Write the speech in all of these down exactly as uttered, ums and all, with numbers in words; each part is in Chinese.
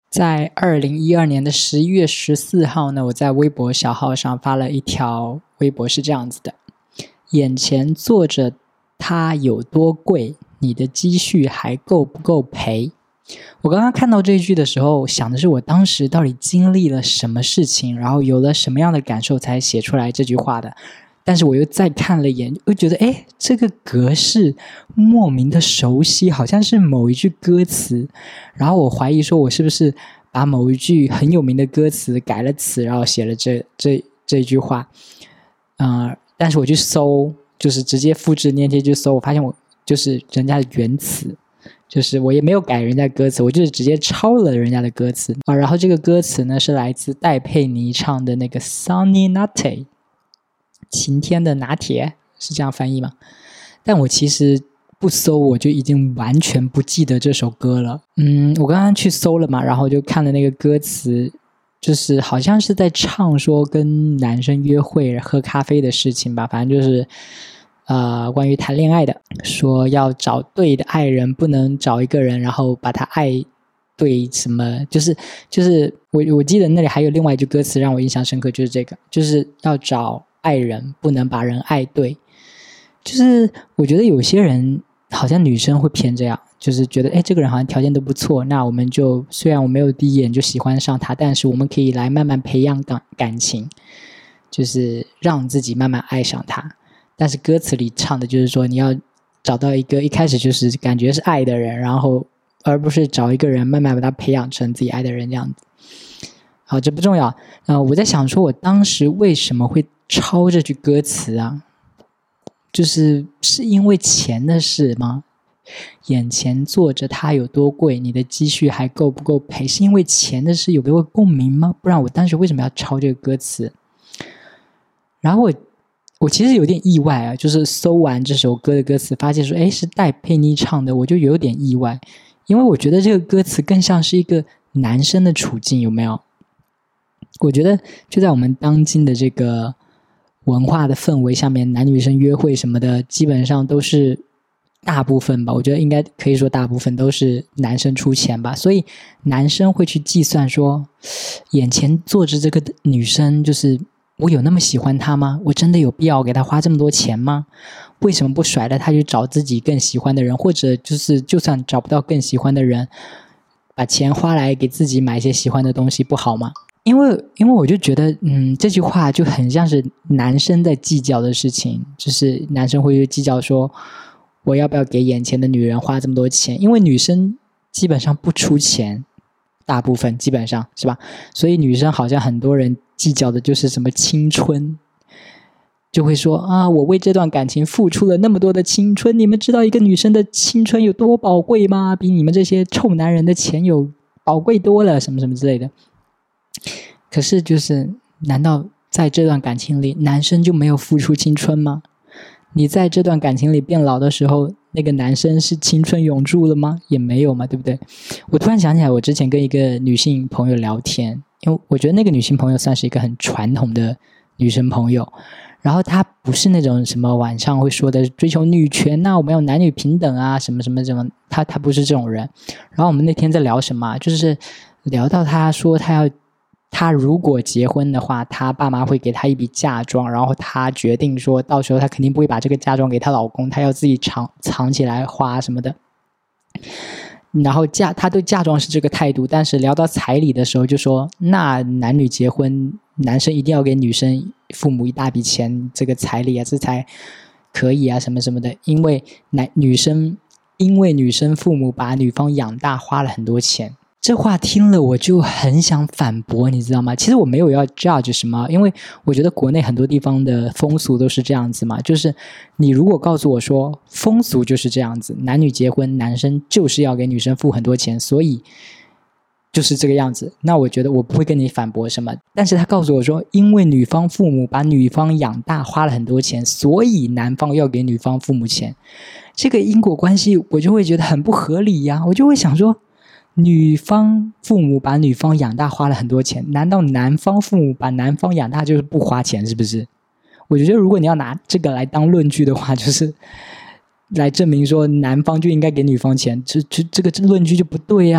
在二零一二年的十一月十四号呢，我在微博小号上发了一条微博，是这样子的：眼前坐着他有多贵，你的积蓄还够不够赔？我刚刚看到这句的时候，想的是我当时到底经历了什么事情，然后有了什么样的感受才写出来这句话的。但是我又再看了一眼，又觉得诶，这个格式莫名的熟悉，好像是某一句歌词。然后我怀疑说，我是不是把某一句很有名的歌词改了词，然后写了这这这句话。呃，但是我去搜，就是直接复制粘贴去搜，我发现我就是人家的原词，就是我也没有改人家歌词，我就是直接抄了人家的歌词啊。然后这个歌词呢是来自戴佩妮唱的那个 Sunny Latte。晴天的拿铁是这样翻译吗？但我其实不搜我就已经完全不记得这首歌了。嗯，我刚刚去搜了嘛，然后就看了那个歌词，就是好像是在唱说跟男生约会喝咖啡的事情吧，反正就是呃关于谈恋爱的，说要找对的爱人，不能找一个人然后把他爱对什么，就是就是我我记得那里还有另外一句歌词让我印象深刻，就是这个，就是要找爱人不能把人爱对。就是我觉得有些人好像女生会偏这样，就是觉得诶这个人好像条件都不错，那我们就虽然我没有第一眼就喜欢上他，但是我们可以来慢慢培养感感情，就是让自己慢慢爱上他。但是歌词里唱的就是说你要找到一个一开始就是感觉是爱的人，然后而不是找一个人慢慢把他培养成自己爱的人这样子。好，这不重要。呃，我在想说我当时为什么会抄这句歌词啊？就是是因为钱的事吗？眼前坐着他有多贵，你的积蓄还够不够赔？是因为钱的事有给我共鸣吗？不然我当时为什么要抄这个歌词？然后我我其实有点意外啊，就是搜完这首歌的歌词发现说诶是戴佩妮唱的，我就有点意外，因为我觉得这个歌词更像是一个男生的处境，有没有？我觉得就在我们当今的这个文化的氛围下面，男女生约会什么的基本上都是大部分吧，我觉得应该可以说大部分都是男生出钱吧，所以男生会去计算说眼前坐着这个女生，就是我有那么喜欢她吗？我真的有必要给她花这么多钱吗？为什么不甩了她去找自己更喜欢的人，或者就是就算找不到更喜欢的人，把钱花来给自己买一些喜欢的东西不好吗？因为因为我就觉得嗯，这句话就很像是男生在计较的事情，就是男生会去计较说我要不要给眼前的女人花这么多钱，因为女生基本上不出钱，大部分基本上是吧，所以女生好像很多人计较的就是什么青春，就会说啊，我为这段感情付出了那么多的青春，你们知道一个女生的青春有多宝贵吗？比你们这些臭男人的钱有宝贵多了，什么什么之类的。可是就是难道在这段感情里男生就没有付出青春吗？你在这段感情里变老的时候，那个男生是青春永驻了吗？也没有嘛，对不对？我突然想起来，我之前跟一个女性朋友聊天，因为我觉得那个女性朋友算是一个很传统的女生朋友，然后她不是那种什么晚上会说的追求女权啊，我们要男女平等啊，什么什么什么，她她不是这种人。然后我们那天在聊什么，就是聊到她说她要他如果结婚的话，他爸妈会给他一笔嫁妆，然后他决定说到时候他肯定不会把这个嫁妆给他老公，他要自己藏藏起来花什么的。然后嫁他对嫁妆是这个态度，但是聊到彩礼的时候就说那男女结婚男生一定要给女生父母一大笔钱，这个彩礼啊这才可以啊什么什么的，因为男女生因为女生父母把女方养大花了很多钱。这话听了我就很想反驳，你知道吗？其实我没有要 judge 什么，因为我觉得国内很多地方的风俗都是这样子嘛，就是你如果告诉我说风俗就是这样子，男女结婚男生就是要给女生付很多钱，所以就是这个样子，那我觉得我不会跟你反驳什么。但是他告诉我说因为女方父母把女方养大花了很多钱，所以男方要给女方父母钱，这个因果关系我就会觉得很不合理呀。我就会想说女方父母把女方养大花了很多钱，难道男方父母把男方养大就是不花钱，是不是？我觉得如果你要拿这个来当论据的话，就是来证明说男方就应该给女方钱，这这这个论据就不对啊，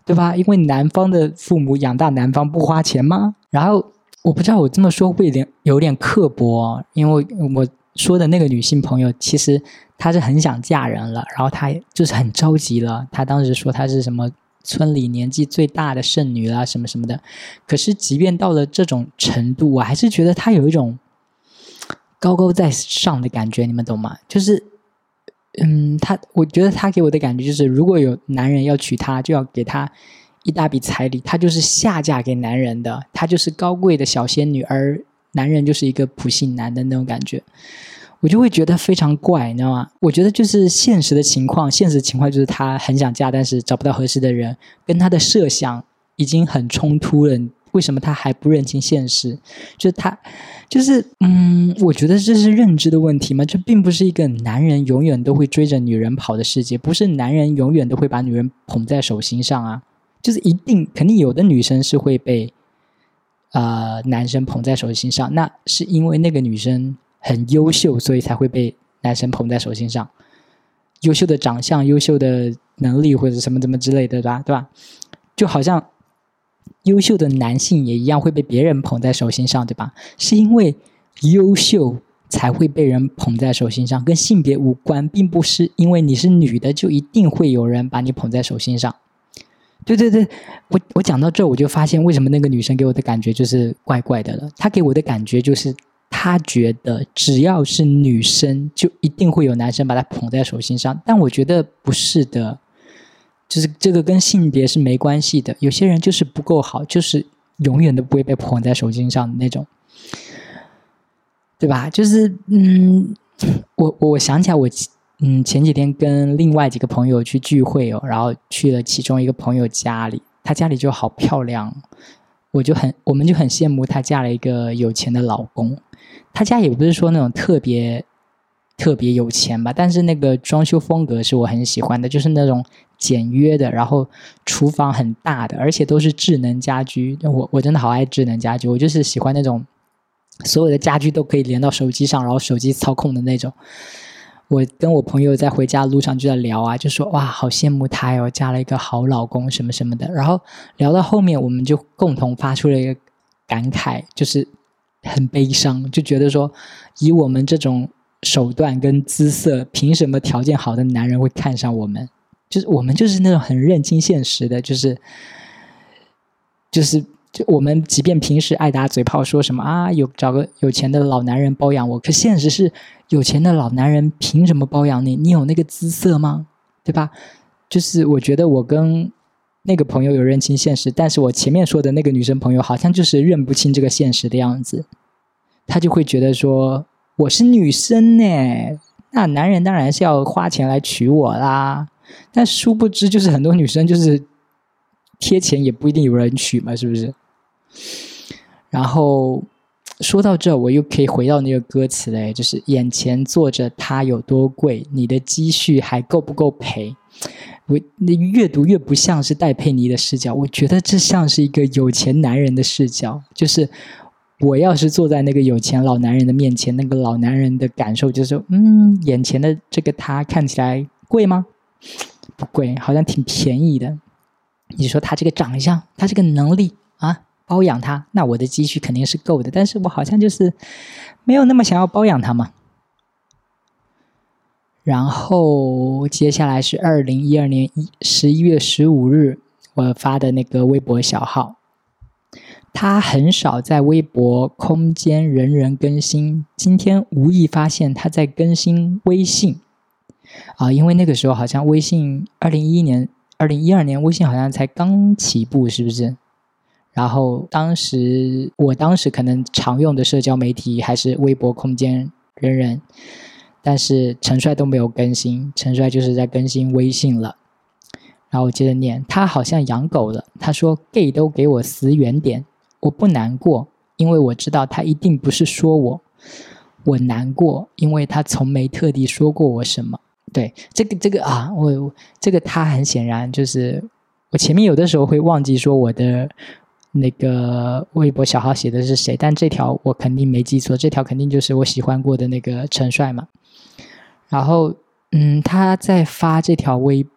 对吧？因为男方的父母养大男方不花钱吗？然后我不知道我这么说会有点有点刻薄，因为我说的那个女性朋友其实她是很想嫁人了，然后她就是很着急了，她当时说她是什么村里年纪最大的剩女啦什么什么的。可是即便到了这种程度，我还是觉得她有一种高高在上的感觉，你们懂吗？就是嗯，他我觉得他给我的感觉就是，如果有男人要娶她，就要给她一大笔彩礼，她就是下嫁给男人的，她就是高贵的小仙女，而男人就是一个普信男的那种感觉，我就会觉得非常怪，你知道吗？我觉得就是现实的情况，现实情况就是她很想嫁，但是找不到合适的人，跟她的设想已经很冲突了。为什么他还不认清现实？就是他，就是嗯，我觉得这是认知的问题嘛。这并不是一个男人永远都会追着女人跑的世界，不是男人永远都会把女人捧在手心上啊。就是一定肯定有的女生是会被呃男生捧在手心上，那是因为那个女生很优秀，所以才会被男生捧在手心上。优秀的长相、优秀的能力或者什么什么之类的，对吧？对吧？就好像优秀的男性也一样会被别人捧在手心上，对吧？是因为优秀才会被人捧在手心上，跟性别无关，并不是因为你是女的就一定会有人把你捧在手心上。对对对，我我讲到这我就发现为什么那个女生给我的感觉就是怪怪的了。她给我的感觉就是她觉得只要是女生就一定会有男生把她捧在手心上，但我觉得不是的，就是这个跟性别是没关系的。有些人就是不够好，就是永远都不会被捧在手心上的那种，对吧？就是嗯，我我想起来我嗯前几天跟另外几个朋友去聚会哦，然后去了其中一个朋友家里，他家里就好漂亮，我就很我们就很羡慕她嫁了一个有钱的老公。他家也不是说那种特别特别有钱吧，但是那个装修风格是我很喜欢的，就是那种简约的，然后厨房很大的，而且都是智能家居。我我真的好爱智能家居，我就是喜欢那种所有的家居都可以连到手机上，然后手机操控的那种。我跟我朋友在回家路上就在聊啊，就说哇好羡慕她哟，嫁了一个好老公什么什么的。然后聊到后面我们就共同发出了一个感慨，就是很悲伤，就觉得说以我们这种手段跟姿色，凭什么条件好的男人会看上我们？就是我们就是那种很认清现实的，就是就是就我们即便平时爱打嘴炮说什么啊，有找个有钱的老男人包养我，可现实是有钱的老男人凭什么包养你？你有那个姿色吗？对吧？就是我觉得我跟那个朋友有认清现实，但是我前面说的那个女生朋友好像就是认不清这个现实的样子，她就会觉得说我是女生呢，那男人当然是要花钱来娶我啦。但殊不知就是很多女生就是贴钱也不一定有人娶嘛，是不是？然后说到这我又可以回到那个歌词嘞，就是眼前坐着他有多贵，你的积蓄还够不够赔。我越读越不像是戴佩妮的视角，我觉得这像是一个有钱男人的视角，就是我要是坐在那个有钱老男人的面前，那个老男人的感受就是嗯，眼前的这个他看起来贵吗？不贵，好像挺便宜的。你说他这个长相，他这个能力啊，包养他，那我的积蓄肯定是够的，但是我好像就是没有那么想要包养他嘛。然后接下来是二零一二年十一月十五日我发的那个微博小号，他很少在微博空间人人更新，今天无意发现他在更新微信啊，因为那个时候好像微信二零一一年二零一二年微信好像才刚起步，是不是？然后当时我当时可能常用的社交媒体还是微博空间人人，但是陈帅都没有更新，陈帅就是在更新微信了。然后我接着念，他好像养狗了，他说 gay 都给我死远点，我不难过，因为我知道他一定不是说我，我难过，因为他从没特地说过我什么。对，这个这个啊，我这个他很显然就是我前面有的时候会忘记说我的那个微博小号写的是谁，但这条我肯定没记错，这条肯定就是我喜欢过的那个陈帅嘛。然后嗯，他在发这条微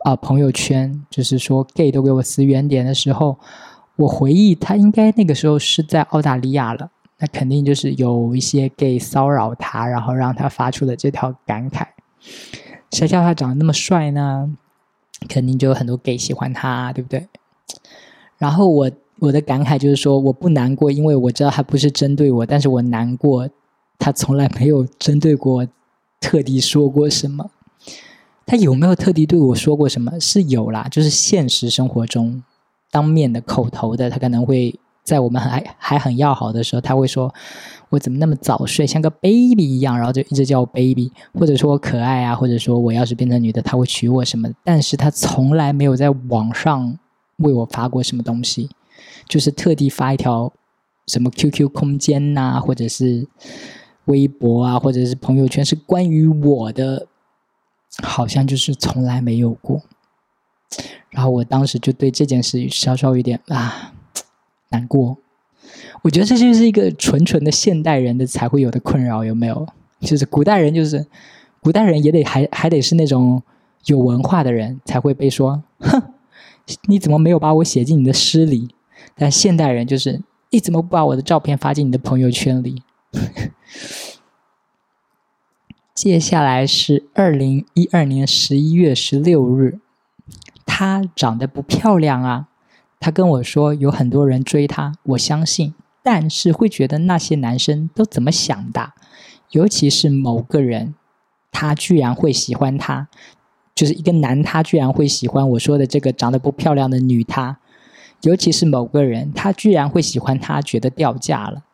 啊、呃、朋友圈，就是说 gay 都给我死远点的时候，我回忆他应该那个时候是在澳大利亚了，那肯定就是有一些 gay 骚扰他，然后让他发出了这条感慨。谁叫他长得那么帅呢？肯定就有很多 gay 喜欢他，对不对？然后我我的感慨就是说，我不难过，因为我知道他不是针对我，但是我难过他从来没有针对过，特地说过什么。他有没有特地对我说过什么？是有啦，就是现实生活中当面的口头的，他可能会在我们还还很要好的时候，他会说我怎么那么早睡，像个 baby 一样，然后就一直叫我 baby， 或者说我可爱啊，或者说我要是变成女的他会娶我什么的，但是他从来没有在网上为我发过什么东西，就是特地发一条什么 Q Q 空间啊，或者是微博啊，或者是朋友圈是关于我的，好像就是从来没有过。然后我当时就对这件事稍稍有点啊难过。我觉得这就是一个纯纯的现代人的才会有的困扰，有没有？就是古代人就是古代人也得还还得是那种有文化的人才会被说，哼，你怎么没有把我写进你的诗里？但现代人就是你怎么不把我的照片发进你的朋友圈里？接下来是二零一二年十一月十六日，她长得不漂亮啊。她跟我说有很多人追她，我相信，但是会觉得那些男生都怎么想的？尤其是某个人，他居然会喜欢她，就是一个男他居然会喜欢我说的这个长得不漂亮的女他，尤其是某个人，他居然会喜欢她，觉得掉价了。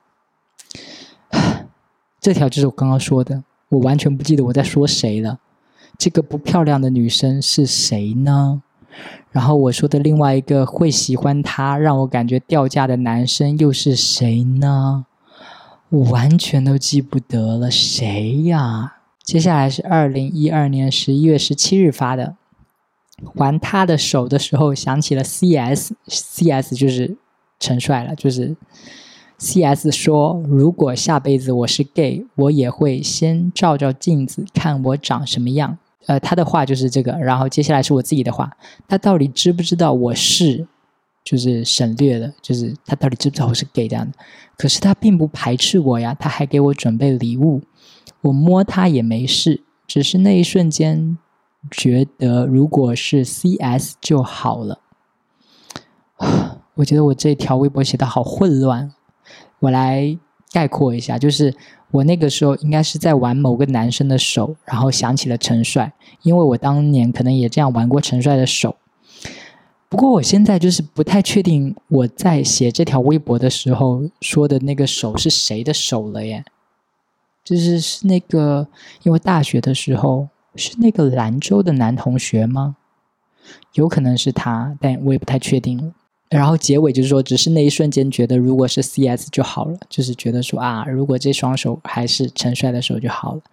这条就是我刚刚说的，我完全不记得我在说谁了。这个不漂亮的女生是谁呢？然后我说的另外一个会喜欢她让我感觉掉价的男生又是谁呢？我完全都记不得了，谁呀？接下来是二零一二年十一月十七日发的，玩他的手的时候想起了 C S， C S 就是陈帅了，就是 C S 说，如果下辈子我是 gay， 我也会先照照镜子看我长什么样。呃，他的话就是这个，然后接下来是我自己的话，他到底知不知道我是，就是省略了，就是他到底知不知道我是 gay 这样的。可是他并不排斥我呀，他还给我准备礼物，我摸他也没事，只是那一瞬间觉得如果是 C S 就好了。我觉得我这条微博写的好混乱，我来概括一下，就是我那个时候应该是在玩某个男生的手，然后想起了陈帅，因为我当年可能也这样玩过陈帅的手。不过我现在就是不太确定我在写这条微博的时候说的那个手是谁的手了耶。就是是那个，因为大学的时候是那个兰州的男同学吗？有可能是他，但我也不太确定了。然后结尾就是说，只是那一瞬间觉得如果是 C S 就好了，就是觉得说啊，如果这双手还是陈帅的手就好了。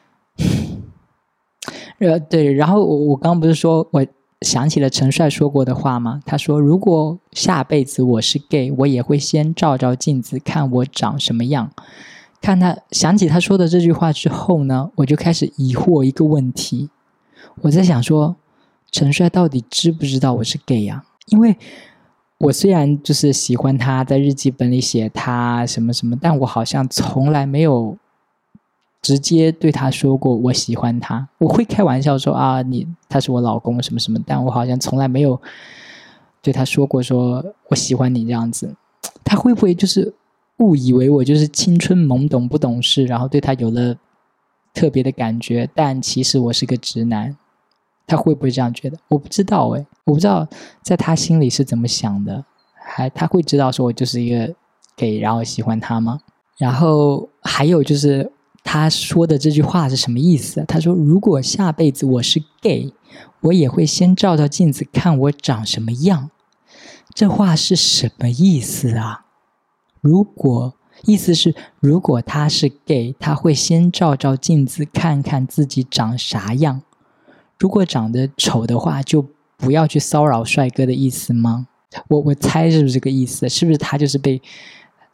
呃，对，然后我我刚刚不是说我想起了陈帅说过的话吗？他说如果下辈子我是 gay， 我也会先照照镜子看我长什么样。看他想起他说的这句话之后呢，我就开始疑惑一个问题，我在想说陈帅到底知不知道我是 gay 呀？因为我虽然就是喜欢他，在日记本里写他什么什么，但我好像从来没有直接对他说过我喜欢他。我会开玩笑说啊，你他是我老公什么什么，但我好像从来没有对他说过说我喜欢你这样子。他会不会就是误以为我就是青春懵懂不懂事，然后对他有了特别的感觉，但其实我是个直男？他会不会这样觉得？我不知道诶，我不知道在他心里是怎么想的，还他会知道说我就是一个 gay 然后喜欢他吗？然后还有就是他说的这句话是什么意思？他说如果下辈子我是 gay， 我也会先照照镜子看我长什么样。这话是什么意思啊？如果意思是如果他是 gay， 他会先照照镜子看看自己长啥样，如果长得丑的话就不要去骚扰帅哥的意思吗？我我猜是不是这个意思？是不是他就是被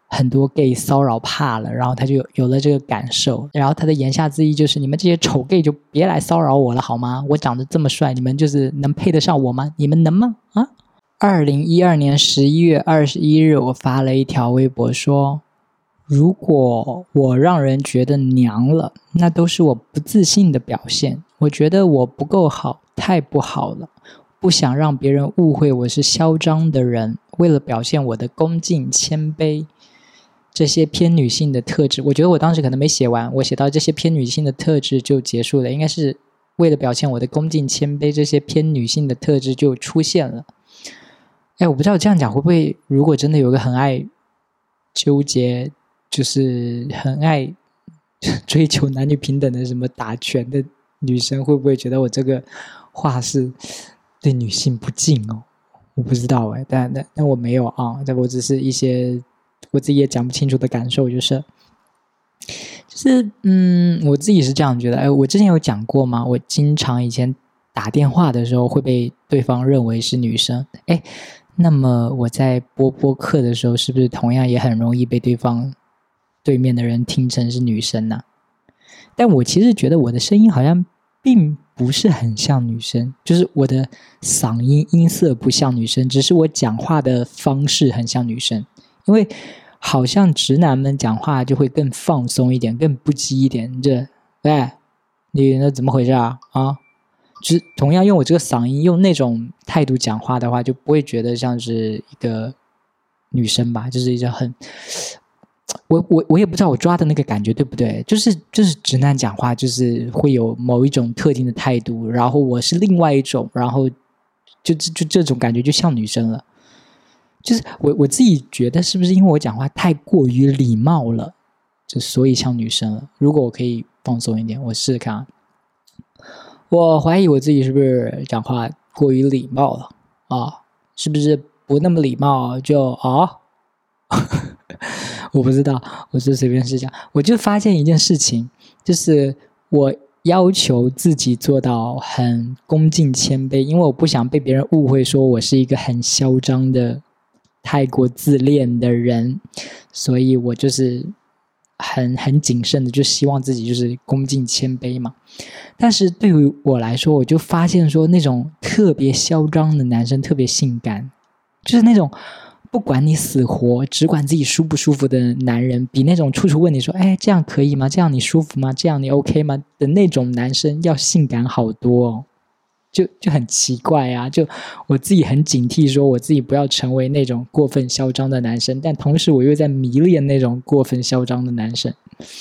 很多 gay 骚扰怕了，然后他就有了这个感受，然后他的言下之意就是你们这些丑 gay 就别来骚扰我了好吗？我长得这么帅，你们就是能配得上我吗？你们能吗？啊！二零一二年十一月二十一日，我发了一条微博说，如果我让人觉得娘了，那都是我不自信的表现。我觉得我不够好，太不好了，不想让别人误会我是嚣张的人。为了表现我的恭敬谦卑，这些偏女性的特质，我觉得我当时可能没写完，我写到这些偏女性的特质就结束了，应该是为了表现我的恭敬谦卑，这些偏女性的特质就出现了。哎，我不知道这样讲会不会，如果真的有个很爱纠结，就是很爱追求男女平等的什么打拳的女生，会不会觉得我这个话是对女性不敬哦？我不知道哎，但但但我没有啊，但我只是一些我自己也讲不清楚的感受，就是就是嗯，我自己是这样觉得。哎，我之前有讲过吗？我经常以前打电话的时候会被对方认为是女生，哎。那么我在播播客的时候，是不是同样也很容易被对方对面的人听成是女生呢？但我其实觉得我的声音好像并不是很像女生，就是我的嗓音音色不像女生，只是我讲话的方式很像女生。因为好像直男们讲话就会更放松一点，更不羁一点。这，喂，你那怎么回事啊？啊？就是同样用我这个嗓音用那种态度讲话的话，就不会觉得像是一个女生吧，就是一个很我我我也不知道我抓的那个感觉对不对，就是就是直男讲话就是会有某一种特定的态度，然后我是另外一种，然后就就就这种感觉就像女生了。就是我我自己觉得是不是因为我讲话太过于礼貌了，就所以像女生了。如果我可以放松一点，我试试看啊。我怀疑我自己是不是讲话过于礼貌了啊？是不是不那么礼貌就啊？我不知道，我是随便试讲。我就发现一件事情，就是我要求自己做到很恭敬谦卑，因为我不想被别人误会说我是一个很嚣张的、太过自恋的人，所以我就是很很谨慎的，就希望自己就是恭敬谦卑嘛。但是对于我来说，我就发现说那种特别嚣张的男生特别性感，就是那种不管你死活只管自己舒不舒服的男人，比那种处处问你说哎这样可以吗，这样你舒服吗，这样你 OK 吗的那种男生要性感好多哦。就就很奇怪啊，就我自己很警惕说我自己不要成为那种过分嚣张的男生，但同时我又在迷恋那种过分嚣张的男生。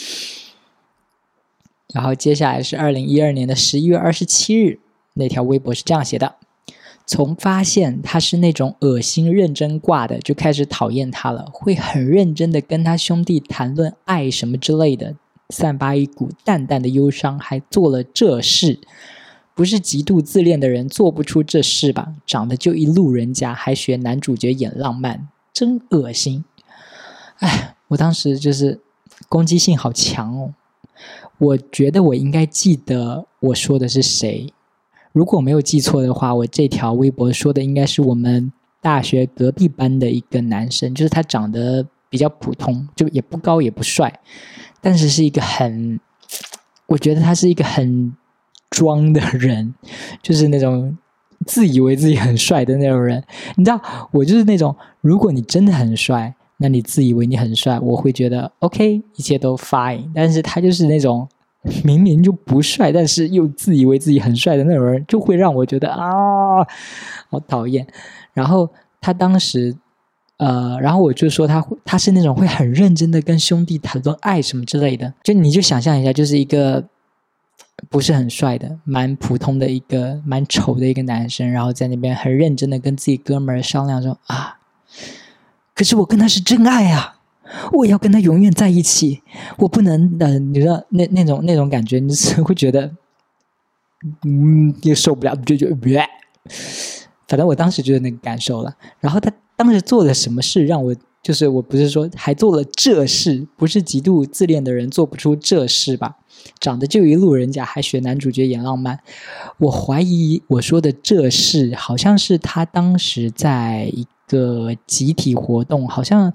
然后接下来是二零一二年的十一月二十七日，那条微博是这样写的：从发现他是那种恶心认真挂的，就开始讨厌他了，会很认真的跟他兄弟谈论爱什么之类的，散发一股淡淡的忧伤，还做了这事。不是极度自恋的人做不出这事吧？长得就一路人甲，还学男主角演浪漫，真恶心。哎，我当时就是攻击性好强哦。我觉得我应该记得我说的是谁，如果我没有记错的话，我这条微博说的应该是我们大学隔壁班的一个男生，就是他长得比较普通，就也不高也不帅，但是是一个很，我觉得他是一个很装的人，就是那种自以为自己很帅的那种人。你知道，我就是那种，如果你真的很帅，那你自以为你很帅，我会觉得 OK， 一切都 fine。但是他就是那种明明就不帅，但是又自以为自己很帅的那种人，就会让我觉得啊，好讨厌。然后他当时，呃，然后我就说他他是那种会很认真的跟兄弟谈论爱什么之类的，就你就想象一下，就是一个不是很帅的、蛮普通的一个、蛮丑的一个男生，然后在那边很认真的跟自己哥们儿商量说啊。可是我跟他是真爱啊，我要跟他永远在一起，我不能呃，你知道那那种那种感觉，你是会觉得，嗯，也受不了，就就别，反正我当时就是那个感受了。然后他当时做了什么事让我，就是我不是说还做了这事，不是极度自恋的人做不出这事吧？长得就一路人甲，还学男主角演浪漫。我怀疑我说的这事，好像是他当时在一个集体活动，好像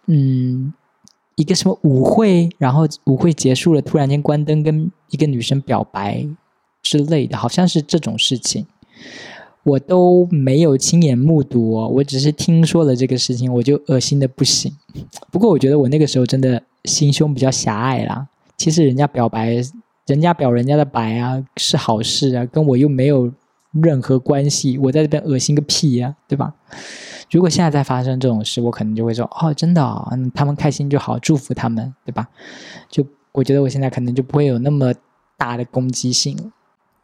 嗯，一个什么舞会，然后舞会结束了，突然间关灯跟一个女生表白之类的，好像是这种事情。我都没有亲眼目睹哦，我只是听说了这个事情，我就恶心的不行。不过我觉得我那个时候真的心胸比较狭隘啦。其实人家表白，人家表人家的白啊，是好事啊，跟我又没有任何关系，我在这边恶心个屁啊，对吧？如果现在再发生这种事，我可能就会说，哦，真的哦，嗯，他们开心就好，祝福他们，对吧？就我觉得我现在可能就不会有那么大的攻击性了。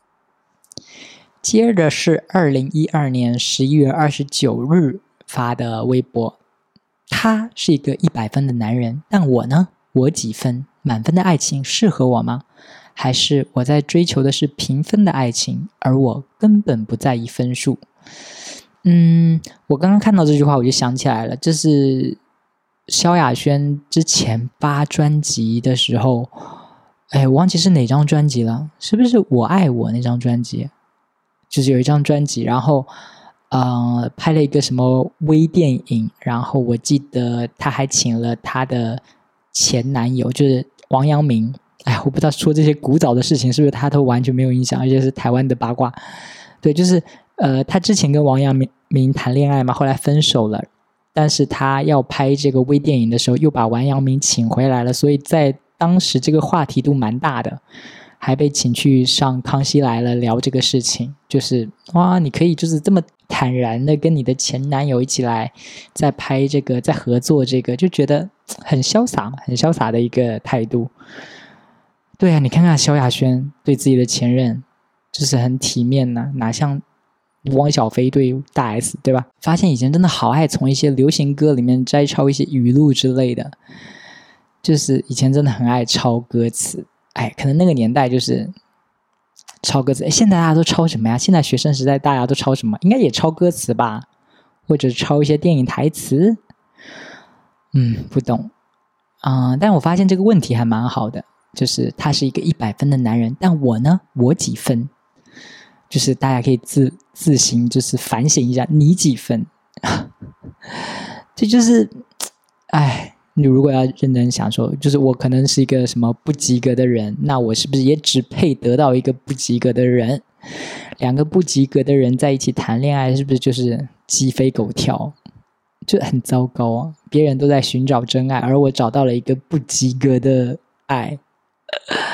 接着是二零一二年十一月二十九日发的微博，他是一个一百分的男人，但我呢，我几分？满分的爱情适合我吗？还是我在追求的是平分的爱情，而我根本不在意分数？嗯，我刚刚看到这句话我就想起来了，这是萧亚轩之前发专辑的时候，哎，我忘记是哪张专辑了，是不是我爱我那张专辑？就是有一张专辑，然后呃拍了一个什么微电影，然后我记得他还请了他的前男友，就是王阳明。哎，我不知道说这些古早的事情是不是他都完全没有印象，而且是台湾的八卦。对，就是呃他之前跟王阳明谈恋爱嘛，后来分手了，但是他要拍这个微电影的时候又把王阳明请回来了，所以在当时这个话题度蛮大的，还被请去上康熙来了聊这个事情，就是哇，你可以就是这么坦然的跟你的前男友一起来在拍这个，在合作这个，就觉得很潇洒很潇洒的一个态度。对啊，你看看萧亚轩对自己的前任就是很体面呐、啊，哪像汪小菲对大 S， 对吧？发现以前真的好爱从一些流行歌里面摘抄一些语录之类的，就是以前真的很爱抄歌词。哎，可能那个年代就是抄歌词。哎，现在大家都抄什么呀？现在学生时代大家都抄什么？应该也抄歌词吧，或者抄一些电影台词。嗯，不懂。嗯、呃，但我发现这个问题还蛮好的，就是他是一个一百分的男人，但我呢，我几分？就是大家可以自自行就是反省一下，你几分？这就是，哎。你如果要认真想说，就是我可能是一个什么不及格的人，那我是不是也只配得到一个不及格的人？两个不及格的人在一起谈恋爱，是不是就是鸡飞狗跳？就很糟糕啊！别人都在寻找真爱，而我找到了一个不及格的爱。